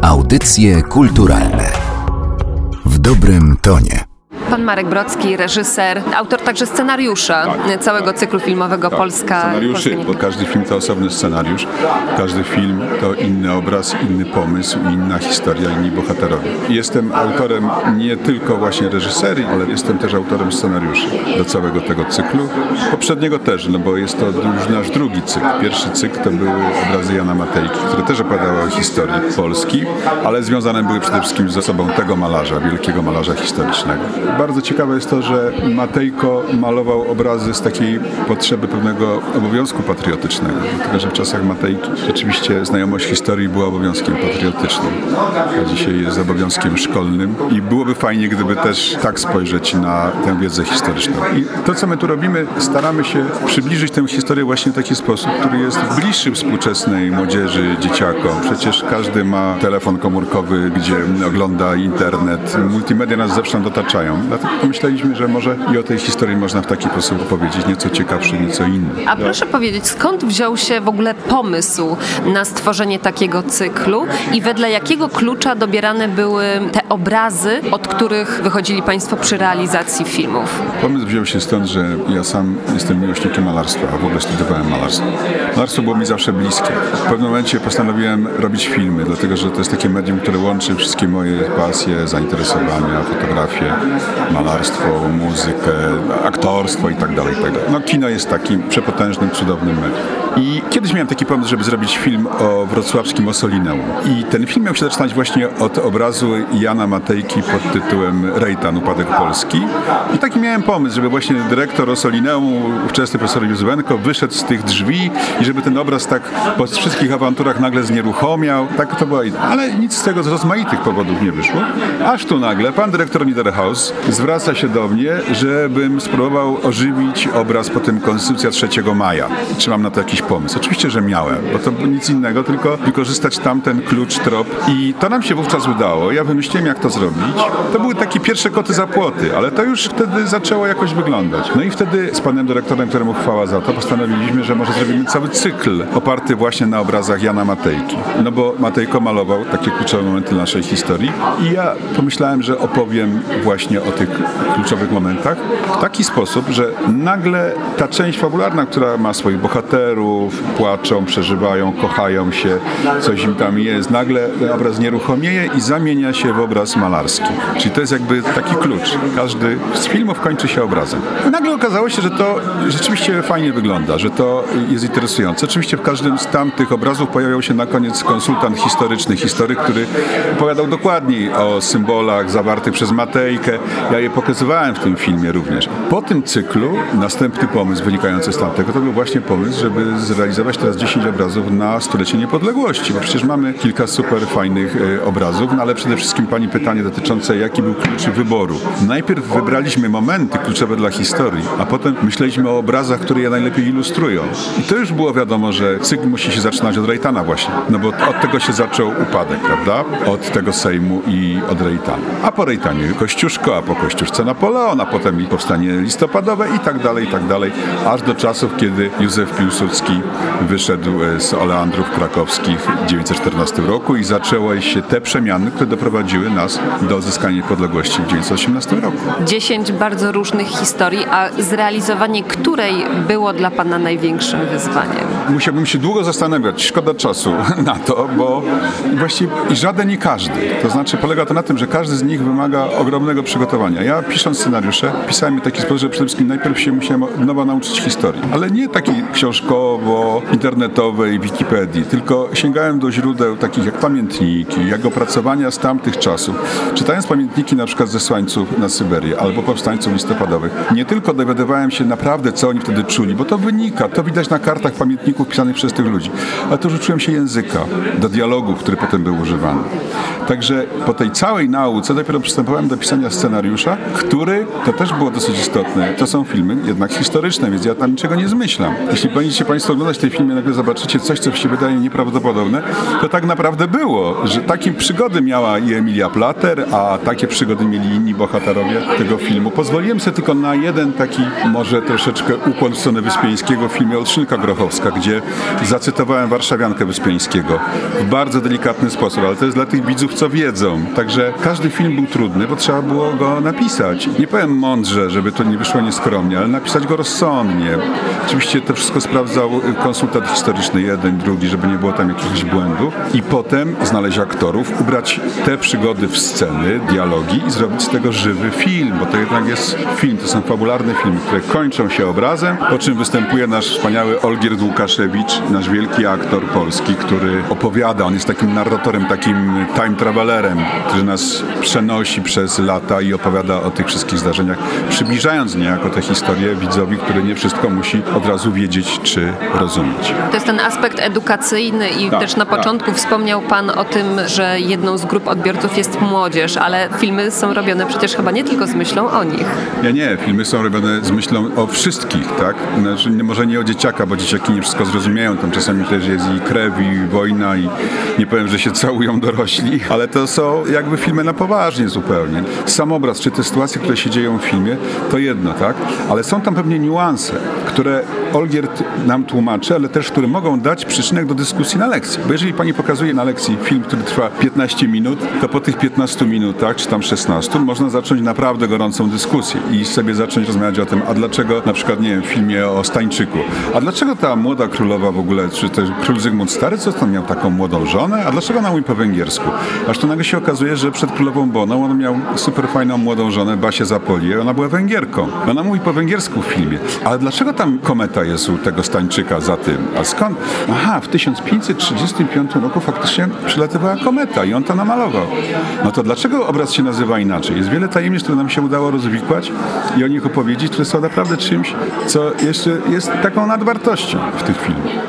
Audycje kulturalne w dobrym tonie. Pan Marek Brocki, reżyser, autor także scenariusza całego cyklu filmowego Polska. Scenariuszy, bo każdy film to osobny scenariusz, każdy film to inny obraz, inny pomysł, inna historia, inni bohaterowie. Jestem autorem nie tylko właśnie reżyserii, ale jestem też autorem scenariuszy do całego tego cyklu. Poprzedniego też, no bo jest to już nasz drugi cykl. Pierwszy cykl to były obrazy Jana Matejki, które też opowiadały o historii Polski, ale związane były przede wszystkim z osobą tego malarza, wielkiego malarza historycznego. Bardzo ciekawe jest to, że Matejko malował obrazy z takiej potrzeby pewnego obowiązku patriotycznego. Dlatego, że w czasach Matejki rzeczywiście znajomość historii była obowiązkiem patriotycznym, a dzisiaj jest obowiązkiem szkolnym i byłoby fajnie, gdyby też tak spojrzeć na tę wiedzę historyczną. I to, co my tu robimy, staramy się przybliżyć tę historię właśnie w taki sposób, który jest bliższy współczesnej młodzieży, dzieciakom. Przecież każdy ma telefon komórkowy, gdzie ogląda internet. Multimedia nas zewsząd otaczają. Dlatego pomyśleliśmy, że może i o tej historii można w taki sposób opowiedzieć, nieco ciekawszy, nieco inny. A proszę powiedzieć, skąd wziął się w ogóle pomysł na stworzenie takiego cyklu i wedle jakiego klucza dobierane były te obrazy, od których wychodzili Państwo przy realizacji filmów? Pomysł wziął się stąd, że ja sam jestem miłośnikiem malarstwa, a w ogóle studiowałem malarstwo. Malarstwo było mi zawsze bliskie. W pewnym momencie postanowiłem robić filmy, dlatego że to jest takie medium, które łączy wszystkie moje pasje, zainteresowania, fotografię, malarstwo, muzykę, aktorstwo i tak dalej. No kino jest takim przepotężnym, cudownym medium. I kiedyś miałem taki pomysł, żeby zrobić film o wrocławskim Ossolineum. I ten film miał się zaczynać właśnie od obrazu Jana Matejki pod tytułem Rejtan, upadek Polski. I taki miałem pomysł, żeby właśnie dyrektor Ossolineum, ówczesny profesor Józwenko, wyszedł z tych drzwi i żeby ten obraz tak po wszystkich awanturach nagle znieruchomiał. Tak to było. Ale nic z tego z rozmaitych powodów nie wyszło. Aż tu nagle pan dyrektor Niederhaus zwraca się do mnie, żebym spróbował ożywić obraz po tym Konstytucja 3 maja. Czy mam na to jakiś pomysł? Oczywiście, że miałem, bo to było nic innego, tylko wykorzystać tamten klucz, trop. I to nam się wówczas udało. Ja wymyśliłem, jak to zrobić. To były takie pierwsze koty za płoty, ale to już wtedy zaczęło jakoś wyglądać. No i wtedy z panem dyrektorem, któremu chwała za to, postanowiliśmy, że może zrobimy cały cykl oparty właśnie na obrazach Jana Matejki. No bo Matejko malował takie kluczowe momenty naszej historii i ja pomyślałem, że opowiem właśnie o tych kluczowych momentach w taki sposób, że nagle ta część fabularna, która ma swoich bohaterów, płaczą, przeżywają, kochają się, coś im tam jest, nagle ten obraz nieruchomieje i zamienia się w obraz malarski. Czyli to jest jakby taki klucz. Każdy z filmów kończy się obrazem. I nagle okazało się, że to rzeczywiście fajnie wygląda, że to jest interesujące. Oczywiście w każdym z tamtych obrazów pojawiał się na koniec konsultant historyczny, historyk, który opowiadał dokładniej o symbolach zawartych przez Matejkę. Ja je pokazywałem w tym filmie również. Po tym cyklu następny pomysł wynikający z tamtego to był właśnie pomysł, żeby zrealizować teraz 10 obrazów na stulecie niepodległości, bo przecież mamy kilka super fajnych obrazów, no ale przede wszystkim pani pytanie dotyczące jaki był klucz wyboru. Najpierw wybraliśmy momenty kluczowe dla historii, a potem myśleliśmy o obrazach, które je najlepiej ilustrują. I to już było wiadomo, że cykl musi się zaczynać od Rejtana właśnie, no bo od tego się zaczął upadek, prawda? Od tego Sejmu i od Rejtana. A po Rejtanie Kościuszko, a po Kościuszce Napoleon, a potem i powstanie listopadowe i tak dalej, aż do czasów, kiedy Józef Piłsudski wyszedł z Oleandrów krakowskich w 1914 roku i zaczęły się te przemiany, które doprowadziły nas do odzyskania niepodległości w 1918 roku. 10 bardzo różnych historii, a zrealizowanie której było dla Pana największym wyzwaniem? Musiałbym się długo zastanawiać, szkoda czasu na to, bo właściwie żaden i każdy. To znaczy polega to na tym, że każdy z nich wymaga ogromnego przygotowania. Ja pisząc scenariusze, pisałem je w taki sposób, że przede wszystkim najpierw się musiałem od nowa nauczyć historii. Ale nie takiej książkowo-internetowej Wikipedii, tylko sięgałem do źródeł takich jak pamiętniki, jak opracowania z tamtych czasów. Czytając pamiętniki na przykład zesłańców na Syberię albo powstańców listopadowych, nie tylko dowiadywałem się naprawdę, co oni wtedy czuli, bo to wynika, to widać na kartach pamiętników pisanych przez tych ludzi, ale też uczyłem się języka, do dialogów, który potem był używany. Także po tej całej nauce dopiero przystępowałem do pisania scenariuszy scenariusza, który, to też było dosyć istotne, to są filmy jednak historyczne, więc ja tam niczego nie zmyślam. Jeśli będziecie Państwo oglądać te filmy, nagle zobaczycie coś, co się wydaje nieprawdopodobne, to tak naprawdę było, że takie przygody miała i Emilia Plater, a takie przygody mieli inni bohaterowie tego filmu. Pozwoliłem sobie tylko na jeden taki, może troszeczkę ukłon w stronę Wyspiańskiego w filmie Olszynka Grochowska, gdzie zacytowałem warszawiankę Wyspiańskiego w bardzo delikatny sposób, ale to jest dla tych widzów, co wiedzą. Także każdy film był trudny, bo trzeba było go napisać. Nie powiem mądrze, żeby to nie wyszło nieskromnie, ale napisać go rozsądnie. Oczywiście to wszystko sprawdzał konsultant historyczny, jeden, drugi, żeby nie było tam jakichś błędów. I potem znaleźć aktorów, ubrać te przygody w sceny, dialogi i zrobić z tego żywy film, bo to jednak jest film, to są fabularne filmy, które kończą się obrazem, po czym występuje nasz wspaniały Olgierd Łukaszewicz, nasz wielki aktor polski, który opowiada, on jest takim narratorem, takim time travelerem, który nas przenosi przez lata i opowiada o tych wszystkich zdarzeniach, przybliżając niejako tę historię widzowi, który nie wszystko musi od razu wiedzieć czy rozumieć. To jest ten aspekt edukacyjny i też na początku wspomniał Pan o tym, że jedną z grup odbiorców jest młodzież, ale filmy są robione przecież chyba nie tylko z myślą o nich. Nie, filmy są robione z myślą o wszystkich, tak? Znaczy, może nie o dzieciaka, bo dzieciaki nie wszystko zrozumieją, tam czasami też jest i krew, i wojna, i nie powiem, że się całują dorośli, ale to są jakby filmy na poważnie zupełnie. Sam obraz, czy te sytuacje, które się dzieją w filmie, to jedno, tak? Ale są tam pewnie niuanse, które Olgierd nam tłumaczy, ale też, które mogą dać przyczynek do dyskusji na lekcji. Bo jeżeli pani pokazuje na lekcji film, który trwa 15 minut, to po tych 15 minutach, czy tam 16, można zacząć naprawdę gorącą dyskusję i sobie zacząć rozmawiać o tym, a dlaczego na przykład, nie wiem, w filmie o Stańczyku, a dlaczego ta młoda królowa w ogóle, czy też król Zygmunt Stary, co on miał taką młodą żonę, a dlaczego ona mówi po węgiersku? Aż tu nagle się okazuje, że przed królową Boną on miał super fajną młodą żonę, Basię Zapolię, ona była Węgierką. Ona mówi po węgiersku w filmie. Ale dlaczego tam kometa jest u tego Stańczyka za tym? A skąd? Aha, w 1535 roku faktycznie przylatywała kometa i on to namalował. No to dlaczego obraz się nazywa inaczej? Jest wiele tajemnic, które nam się udało rozwikłać i o nich opowiedzieć, które są naprawdę czymś, co jeszcze jest taką nadwartością w tych filmach.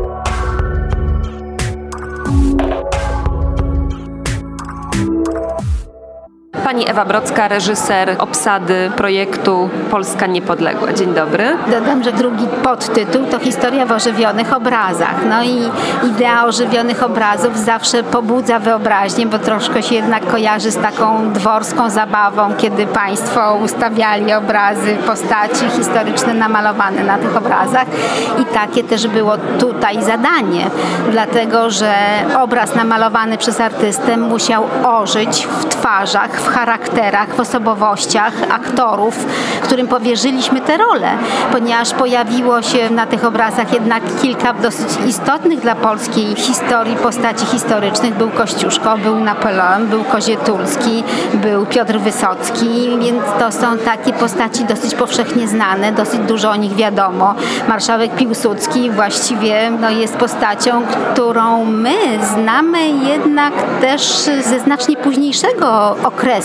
Pani Ewa Brocka, reżyser obsady projektu Polska Niepodległa. Dzień dobry. Dodam, że drugi podtytuł to historia w ożywionych obrazach. No i idea ożywionych obrazów zawsze pobudza wyobraźnię, bo troszkę się jednak kojarzy z taką dworską zabawą, kiedy państwo ustawiali obrazy, postaci historyczne namalowane na tych obrazach. I takie też było tutaj zadanie, dlatego że obraz namalowany przez artystę musiał ożyć w twarzach, w charakterach, w osobowościach aktorów, którym powierzyliśmy te role, ponieważ pojawiło się na tych obrazach jednak kilka dosyć istotnych dla polskiej historii postaci historycznych. Był Kościuszko, był Napoleon, był Kozietulski, był Piotr Wysocki, więc to są takie postaci dosyć powszechnie znane, dosyć dużo o nich wiadomo. Marszałek Piłsudski właściwie jest postacią, którą my znamy jednak też ze znacznie późniejszego okresu.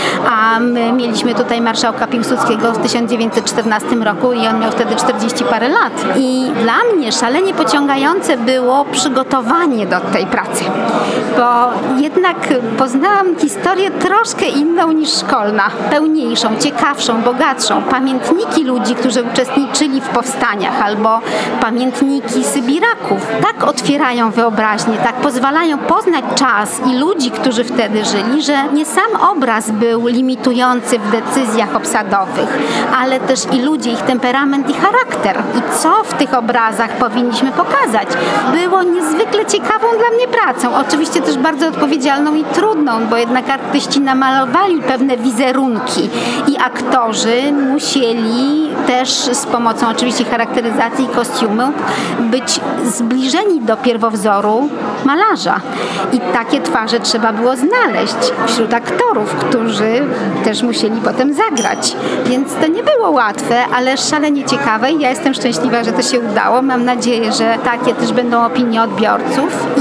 A my mieliśmy tutaj marszałka Piłsudskiego w 1914 roku i on miał wtedy 40 parę lat. I dla mnie szalenie pociągające było przygotowanie do tej pracy, bo jednak poznałam historię troszkę inną niż szkolna, pełniejszą, ciekawszą, bogatszą. Pamiętniki ludzi, którzy uczestniczyli w powstaniach albo pamiętniki Sybiraków tak otwierają wyobraźnię, tak pozwalają poznać czas i ludzi, którzy wtedy żyli, że nie sam obraz był limitujący w decyzjach obsadowych, ale też i ludzie, ich temperament i charakter. I co w tych obrazach powinniśmy pokazać? Było niezwykle ciekawą dla mnie pracą. Oczywiście też bardzo odpowiedzialną i trudną, bo jednak artyści namalowali pewne wizerunki i aktorzy musieli też z pomocą oczywiście charakteryzacji i kostiumu być zbliżeni do pierwowzoru malarza. I takie twarze trzeba było znaleźć wśród aktorów, którzy też musieli potem zagrać. Więc to nie było łatwe, ale szalenie ciekawe i ja jestem szczęśliwa, że to się udało. Mam nadzieję, że takie też będą opinie odbiorców i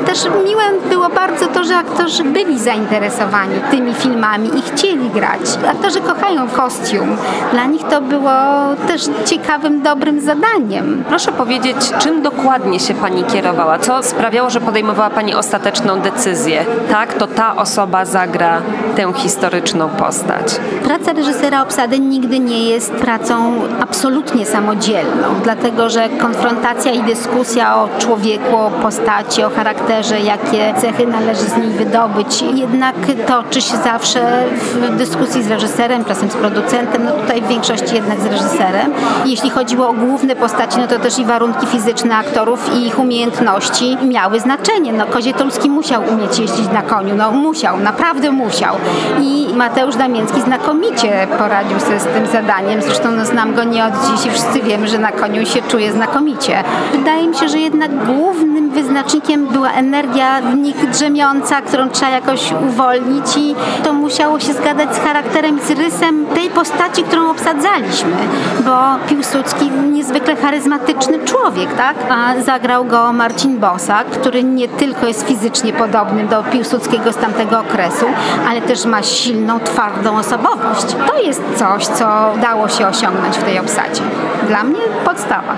też miłe było bardzo to, że aktorzy byli zainteresowani tymi filmami i chcieli grać. Aktorzy kochają kostium. Dla nich to było też ciekawym, dobrym zadaniem. Proszę powiedzieć, czym dokładnie się Pani kierowała? Co sprawiało, że podejmowała Pani ostateczną decyzję? Tak, to ta osoba zagra tę historyczną postać. Praca reżysera obsady nigdy nie jest pracą absolutnie samodzielną, dlatego że konfrontacja i dyskusja o człowieku, o postaci, o charakterze, jakie cechy należy z niej wydobyć, jednak toczy się zawsze w dyskusji z reżyserem, czasem z producentem, no tutaj w większości jednak z reżyserem. Jeśli chodziło o główne postaci, no to też i warunki fizyczne aktorów i ich umiejętności miały znaczenie. No Kozietulski musiał umieć jeździć na koniu, no musiał, naprawdę musiał. I Mateusz Damięcki znakomicie poradził sobie z tym zadaniem. Zresztą no, znam go nie od dziś i wszyscy wiemy, że na koniu się czuje znakomicie. Wydaje mi się, że jednak głównym wyznacznikiem była energia w nich drzemiąca, którą trzeba jakoś uwolnić i to musiało się zgadzać z charakterem i z rysem tej postaci, którą obsadzaliśmy, bo Piłsudski niezwykle charyzmatyczny człowiek, tak? A zagrał go Marcin Bosak, który nie tylko jest fizycznie podobny do Piłsudskiego z tamtego okresu, ale też ma silną, twardą osobowość. To jest coś, co dało się osiągnąć w tej obsadzie. Dla mnie podstawa.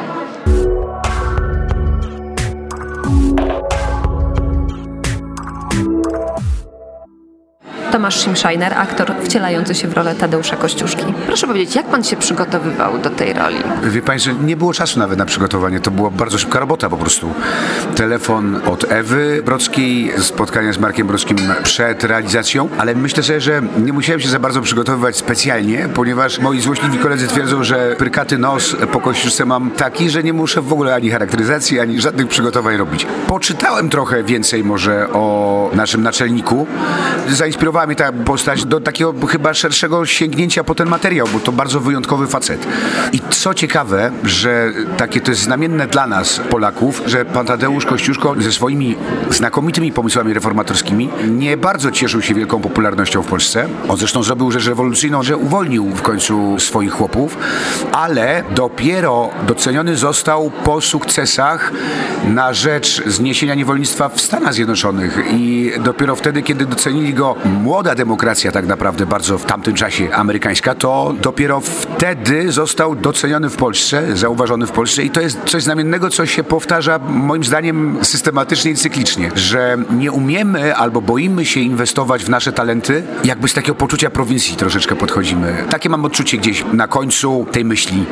Tomasz Szymszajner, aktor wcielający się w rolę Tadeusza Kościuszki. Proszę powiedzieć, jak Pan się przygotowywał do tej roli? Wie Pani, że nie było czasu nawet na przygotowanie. To była bardzo szybka robota po prostu. Telefon od Ewy Brodzkiej, spotkanie z Markiem Brodskim przed realizacją, ale myślę sobie, że nie musiałem się za bardzo przygotowywać specjalnie, ponieważ moi złośliwi koledzy twierdzą, że prykaty nos po Kościuszce mam taki, że nie muszę w ogóle ani charakteryzacji, ani żadnych przygotowań robić. Poczytałem trochę więcej może o naszym naczelniku. Zainspirowała mnie ta postać do takiego chyba szerszego sięgnięcia po ten materiał, bo to bardzo wyjątkowy facet. I co ciekawe, że takie to jest znamienne dla nas, Polaków, że pan Tadeusz Kościuszko ze swoimi znakomitymi pomysłami reformatorskimi nie bardzo cieszył się wielką popularnością w Polsce. On zresztą zrobił rzecz rewolucyjną, że uwolnił w końcu swoich chłopów, ale dopiero doceniony został po sukcesach na rzecz zniesienia niewolnictwa w Stanach Zjednoczonych i dopiero wtedy, kiedy docenili go młoda demokracja tak naprawdę bardzo w tamtym czasie amerykańska, to dopiero wtedy został doceniony w Polsce, zauważony w Polsce i to jest coś znamiennego, co się powtarza moim zdaniem systematycznie i cyklicznie, że nie umiemy albo boimy się inwestować w nasze talenty, jakby z takiego poczucia prowincji troszeczkę podchodzimy. Takie mam odczucie gdzieś na końcu tej myśli.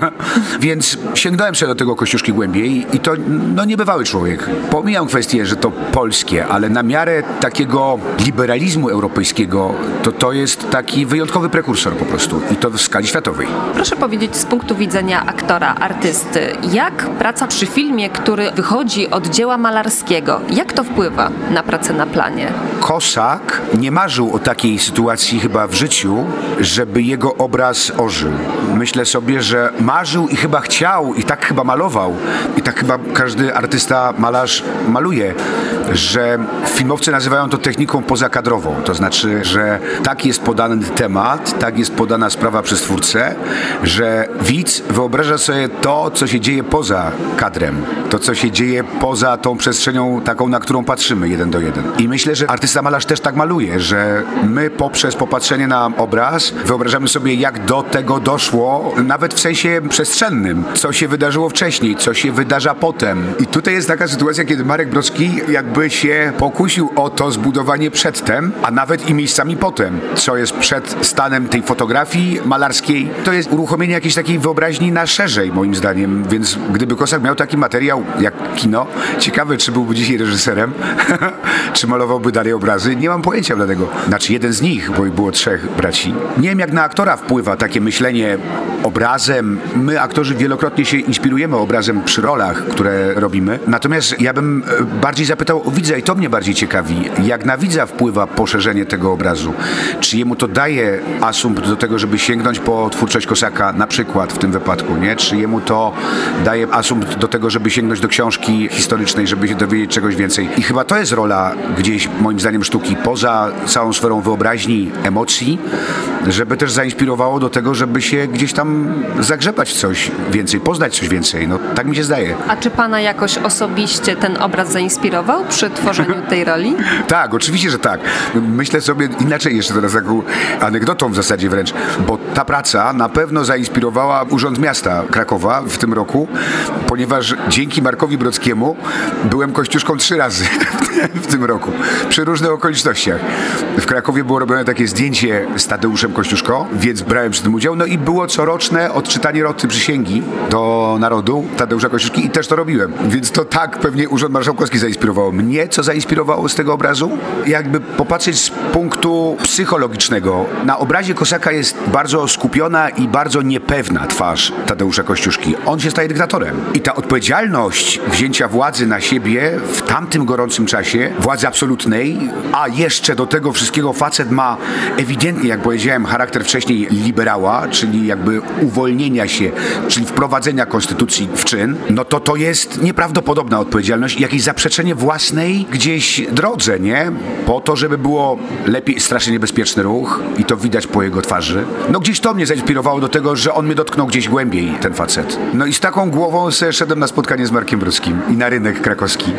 Więc sięgnąłem sobie do tego Kościuszki głębiej i to no niebywały człowiek. Pomijam kwestię, że to polskie, ale na miarę takiego liberalizmu europejskiego, to jest taki wyjątkowy prekursor po prostu i to w skali światowej. Proszę powiedzieć z punktu widzenia aktora, artysty, jak praca przy filmie, który wychodzi od dzieła malarskiego, jak to wpływa na pracę na planie? Kosak nie marzył o takiej sytuacji chyba w życiu, żeby jego obraz ożył. Myślę sobie, że marzył i chyba chciał i tak chyba malował i tak chyba każdy artysta, malarz maluje, że filmowcy nazywają to techniką pozakadrową. To znaczy, że tak jest podany temat, tak jest podana sprawa przez twórcę, że widz wyobraża sobie to, co się dzieje poza kadrem. To, co się dzieje poza tą przestrzenią taką, na którą patrzymy 1:1. I myślę, że artysta malarz też tak maluje, że my poprzez popatrzenie na obraz wyobrażamy sobie, jak do tego doszło, nawet w sensie przestrzennym, co się wydarzyło wcześniej, co się wydarza potem. I tutaj jest taka sytuacja, kiedy Marek Brodzki jakby się pokusił o to zbudowanie przedtem, a nawet i miejscami potem, co jest przed stanem tej fotografii malarskiej. To jest uruchomienie jakiejś takiej wyobraźni na szerzej, moim zdaniem, więc gdyby Kosak miał taki materiał jak kino, ciekawe, czy byłby dzisiaj reżyserem, czy malowałby dalej obrazy, nie mam pojęcia dlatego. Znaczy jeden z nich, bo było 3 braci. Nie wiem, jak na aktora wpływa takie myślenie obrazem. My, aktorzy, wielokrotnie się inspirujemy obrazem przy rolach, które robimy. Natomiast ja bym bardziej zapytał o widza i to mnie bardziej ciekawi. Jak na widza wpływa poszerzenie stworzenie tego obrazu. Czy jemu to daje asumpt do tego, żeby sięgnąć po twórczość Kosaka, na przykład w tym wypadku, nie? Czy jemu to daje asumpt do tego, żeby sięgnąć do książki historycznej, żeby się dowiedzieć czegoś więcej. I chyba to jest rola gdzieś, moim zdaniem, sztuki, poza całą sferą wyobraźni, emocji, żeby też zainspirowało do tego, żeby się gdzieś tam zagrzebać w coś więcej, poznać coś więcej. No tak mi się zdaje. A czy pana jakoś osobiście ten obraz zainspirował przy tworzeniu tej roli? Tak, oczywiście, że tak. Myślę sobie inaczej jeszcze teraz, taką anegdotą w zasadzie wręcz, bo ta praca na pewno zainspirowała Urząd Miasta Krakowa w tym roku, ponieważ dzięki Markowi Brockiemu byłem Kościuszką 3 razy w tym roku, przy różnych okolicznościach. W Krakowie było robione takie zdjęcie z Tadeuszem Kościuszko, więc brałem przy tym udział, no i było coroczne odczytanie roty przysięgi do narodu Tadeusza Kościuszki i też to robiłem. Więc to tak pewnie Urząd Marszałkowski zainspirowało mnie. Co zainspirowało z tego obrazu? Jakby popatrzeć z punktu psychologicznego. Na obrazie Kosaka jest bardzo skupiona i bardzo niepewna twarz Tadeusza Kościuszki. On się staje dyktatorem. I ta odpowiedzialność wzięcia władzy na siebie w tamtym gorącym czasie, władzy absolutnej, a jeszcze do tego wszystkiego facet ma ewidentnie, jak powiedziałem, charakter wcześniej liberała, czyli jakby uwolnienia się, czyli wprowadzenia konstytucji w czyn, no to jest nieprawdopodobna odpowiedzialność, jakieś zaprzeczenie własnej gdzieś drodze, nie? Po to, żeby było lepiej, strasznie niebezpieczny ruch i to widać po jego twarzy. No gdzieś to mnie zainspirowało do tego, że on mnie dotknął gdzieś głębiej, ten facet. No i z taką głową sobie szedłem na spotkanie z Markiem Brockim i na rynek krakowski.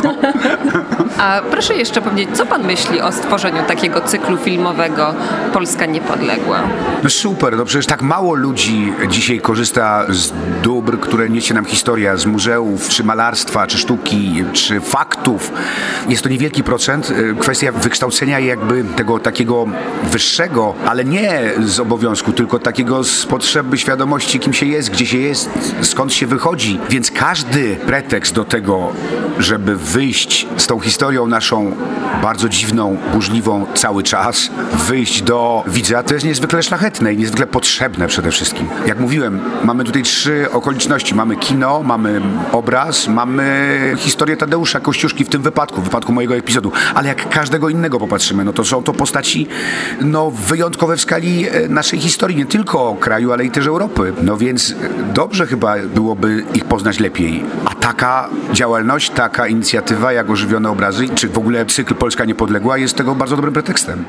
A proszę jeszcze powiedzieć, co pan myśli o stworzeniu takiego cyklu filmowego Polska Niepodległa? No super, no przecież tak mało ludzi dzisiaj korzysta z dóbr, które niesie nam historia, z muzeów, czy malarstwa, czy sztuki, czy faktów. Jest to niewielki procent. Kwestia wykształcenia jakby tego takiego wyższego, ale nie z obowiązku, tylko takiego z potrzeby świadomości, kim się jest, gdzie się jest, skąd się wychodzi. Więc każdy pretekst do tego, żeby wyjść z tą historią naszą bardzo dziwną, burzliwą cały czas, wyjść do widza, to jest niezwykle szlachetne i niezwykle potrzebne przede wszystkim. Jak mówiłem, mamy tutaj 3 okoliczności. Mamy kino, mamy obraz, mamy historię Tadeusza Kościuszki w tym wypadku mojego epizodu. Ale jak każdego innego popatrzymy, no to są to postaci wyjątkowe w skali naszej historii, nie tylko kraju, ale i też Europy. No więc dobrze chyba byłoby ich poznać lepiej. A taka działalność, taka inicjatywa jak Ożywione Obrazy, czy w ogóle cykl Polska Niepodległa jest tego bardzo dobrym pretekstem.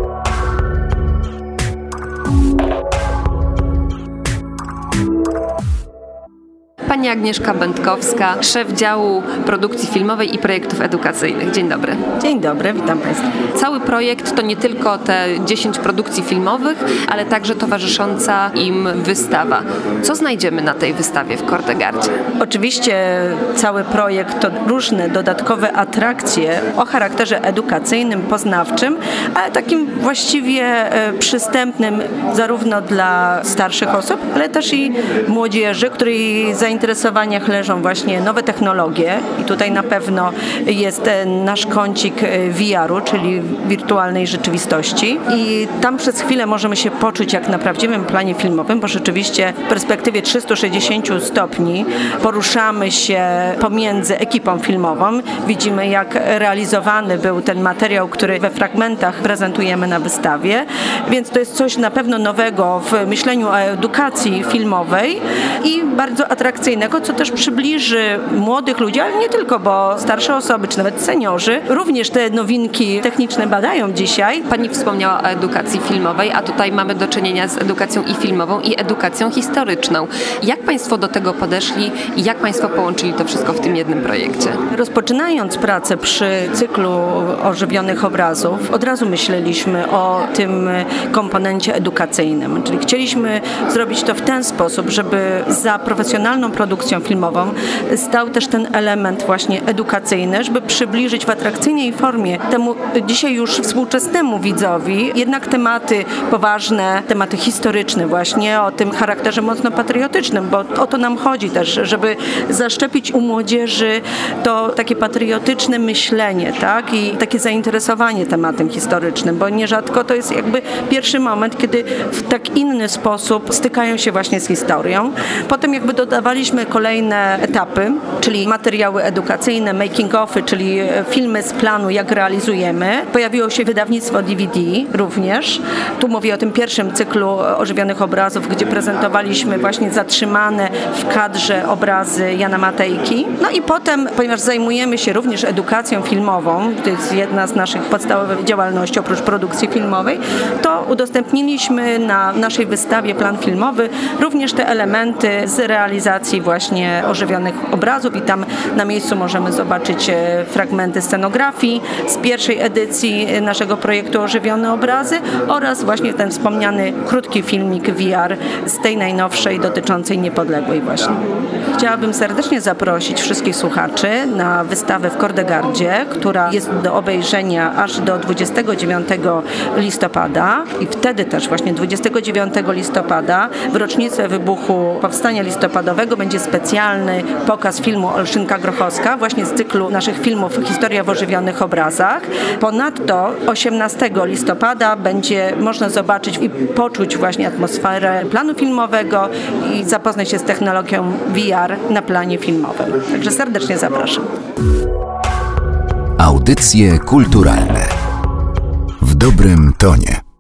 Pani Agnieszka Będkowska, szef działu produkcji filmowej i projektów edukacyjnych. Dzień dobry. Dzień dobry, witam Państwa. Cały projekt to nie tylko te 10 produkcji filmowych, ale także towarzysząca im wystawa. Co znajdziemy na tej wystawie w Kordegardzie? Oczywiście cały projekt to różne dodatkowe atrakcje o charakterze edukacyjnym, poznawczym, ale takim właściwie przystępnym zarówno dla starszych osób, ale też i młodzieży, której zainteresowaniach leżą właśnie nowe technologie i tutaj na pewno jest nasz kącik VR-u, czyli wirtualnej rzeczywistości i tam przez chwilę możemy się poczuć jak na prawdziwym planie filmowym, bo rzeczywiście w perspektywie 360 stopni poruszamy się pomiędzy ekipą filmową, widzimy jak realizowany był ten materiał, który we fragmentach prezentujemy na wystawie, więc to jest coś na pewno nowego w myśleniu o edukacji filmowej i bardzo atrakcyjnego, co też przybliży młodych ludzi, ale nie tylko, bo starsze osoby, czy nawet seniorzy, również te nowinki techniczne badają dzisiaj. Pani wspomniała o edukacji filmowej, a tutaj mamy do czynienia z edukacją i filmową, i edukacją historyczną. Jak Państwo do tego podeszli i jak Państwo połączyli to wszystko w tym jednym projekcie? Rozpoczynając pracę przy cyklu Ożywionych Obrazów, od razu myśleliśmy o tym komponencie edukacyjnym, czyli chcieliśmy zrobić to w ten sposób, żeby za profesjonalną produkcją filmową stał też ten element właśnie edukacyjny, żeby przybliżyć w atrakcyjnej formie temu dzisiaj już współczesnemu widzowi jednak tematy poważne, tematy historyczne właśnie, o tym charakterze mocno patriotycznym, bo o to nam chodzi też, żeby zaszczepić u młodzieży to takie patriotyczne myślenie, tak? I takie zainteresowanie tematem historycznym, bo nierzadko to jest jakby pierwszy moment, kiedy w tak inny sposób stykają się właśnie z historią. Potem jakby dodawaliśmy Rozpoczęliśmy kolejne etapy, czyli materiały edukacyjne, making-offy, czyli filmy z planu, jak realizujemy. Pojawiło się wydawnictwo DVD również. Tu mówię o tym pierwszym cyklu ożywionych obrazów, gdzie prezentowaliśmy właśnie zatrzymane w kadrze obrazy Jana Matejki. No i potem, ponieważ zajmujemy się również edukacją filmową, to jest jedna z naszych podstawowych działalności oprócz produkcji filmowej, to udostępniliśmy na naszej wystawie Plan Filmowy również te elementy z realizacji właśnie ożywionych obrazów i tam na miejscu możemy zobaczyć fragmenty scenografii z pierwszej edycji naszego projektu Ożywione Obrazy oraz właśnie ten wspomniany krótki filmik VR z tej najnowszej dotyczącej Niepodległej właśnie. Chciałabym serdecznie zaprosić wszystkich słuchaczy na wystawę w Kordegardzie, która jest do obejrzenia aż do 29 listopada i wtedy też właśnie 29 listopada w rocznicę wybuchu Powstania Listopadowego będzie specjalny pokaz filmu Olszynka Grochowska właśnie z cyklu naszych filmów Historia w ożywionych obrazach. Ponadto 18 listopada będzie można zobaczyć i poczuć właśnie atmosferę planu filmowego i zapoznać się z technologią VR na planie filmowym. Także serdecznie zapraszam. Audycje kulturalne w dobrym tonie.